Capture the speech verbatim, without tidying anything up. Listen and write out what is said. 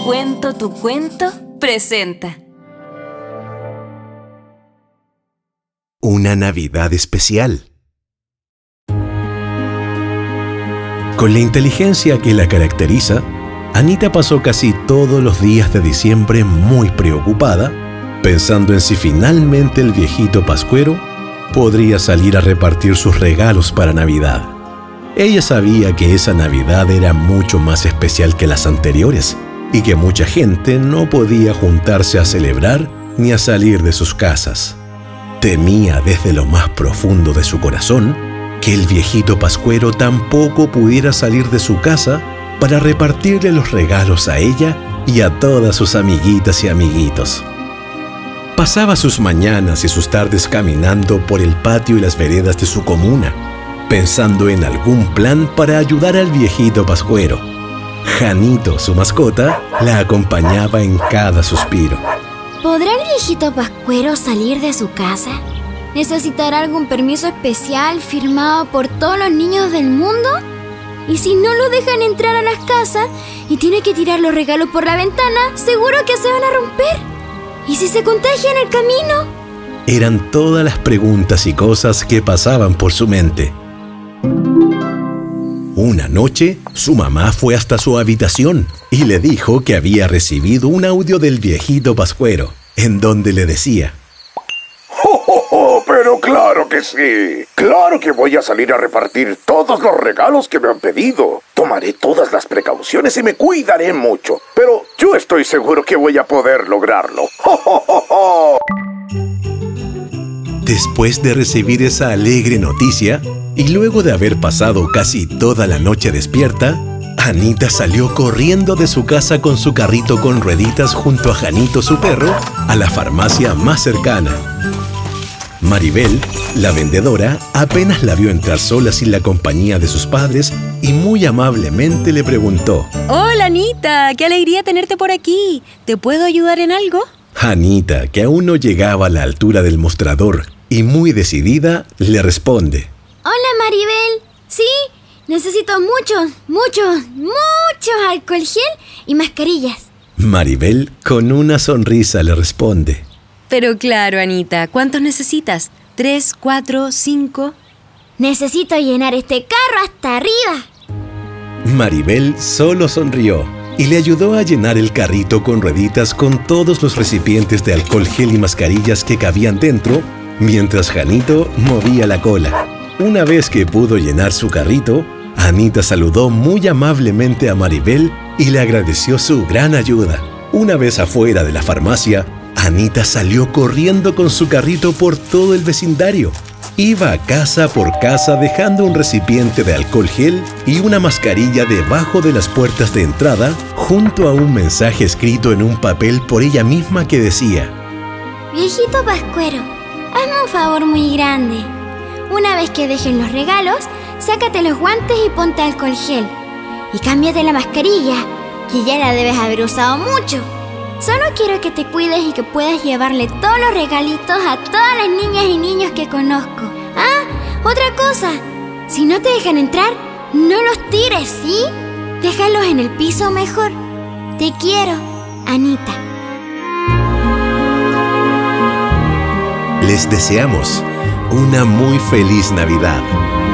Cuento tu cuento presenta Una Navidad especial. Con la inteligencia que la caracteriza, Anita pasó casi todos los días de diciembre muy preocupada, pensando en si finalmente el viejito pascuero podría salir a repartir sus regalos para Navidad. Ella sabía que esa Navidad era mucho más especial que las anteriores y que mucha gente no podía juntarse a celebrar ni a salir de sus casas. Temía desde lo más profundo de su corazón que el viejito pascuero tampoco pudiera salir de su casa para repartirle los regalos a ella y a todas sus amiguitas y amiguitos. Pasaba sus mañanas y sus tardes caminando por el patio y las veredas de su comuna, pensando en algún plan para ayudar al viejito pascuero. Janito, su mascota, la acompañaba en cada suspiro. ¿Podrá el viejito pascuero salir de su casa? ¿Necesitará algún permiso especial firmado por todos los niños del mundo? ¿Y si no lo dejan entrar a las casas y tiene que tirar los regalos por la ventana, seguro que se van a romper? ¿Y si se contagia en el camino? Eran todas las preguntas y cosas que pasaban por su mente. Una noche, su mamá fue hasta su habitación y le dijo que había recibido un audio del viejito pascuero, en donde le decía: ¡Oh, oh, oh! Pero claro que sí. Claro que voy a salir a repartir todos los regalos que me han pedido. Tomaré todas las precauciones y me cuidaré mucho. Pero yo estoy seguro que voy a poder lograrlo. ¡Oh, oh, oh, oh! Después de recibir esa alegre noticia, y luego de haber pasado casi toda la noche despierta, Anita salió corriendo de su casa con su carrito con rueditas junto a Janito, su perro, a la farmacia más cercana. Maribel, la vendedora, apenas la vio entrar sola sin la compañía de sus padres y muy amablemente le preguntó: ¡Hola, Anita! ¡Qué alegría tenerte por aquí! ¿Te puedo ayudar en algo? Anita, que aún no llegaba a la altura del mostrador y muy decidida, le responde: Hola, Maribel. Sí, necesito muchos, muchos, muchos alcohol gel y mascarillas. Maribel, con una sonrisa, le responde: Pero claro, Anita, ¿cuántos necesitas? ¿Tres, cuatro, cinco? Necesito llenar este carro hasta arriba. Maribel solo sonrió y le ayudó a llenar el carrito con rueditas con todos los recipientes de alcohol gel y mascarillas que cabían dentro, mientras Janito movía la cola. Una vez que pudo llenar su carrito, Anita saludó muy amablemente a Maribel y le agradeció su gran ayuda. Una vez afuera de la farmacia, Anita salió corriendo con su carrito por todo el vecindario. Iba casa por casa dejando un recipiente de alcohol gel y una mascarilla debajo de las puertas de entrada, junto a un mensaje escrito en un papel por ella misma que decía: Viejito pascuero, hazme un favor muy grande. Una vez que dejen los regalos, sácate los guantes y ponte alcohol gel. Y cámbiate la mascarilla, que ya la debes haber usado mucho. Solo quiero que te cuides y que puedas llevarle todos los regalitos a todas las niñas y niños que conozco. Ah, otra cosa. Si no te dejan entrar, no los tires, ¿sí? Déjalos en el piso mejor. Te quiero, Anita. Les deseamos una muy feliz Navidad.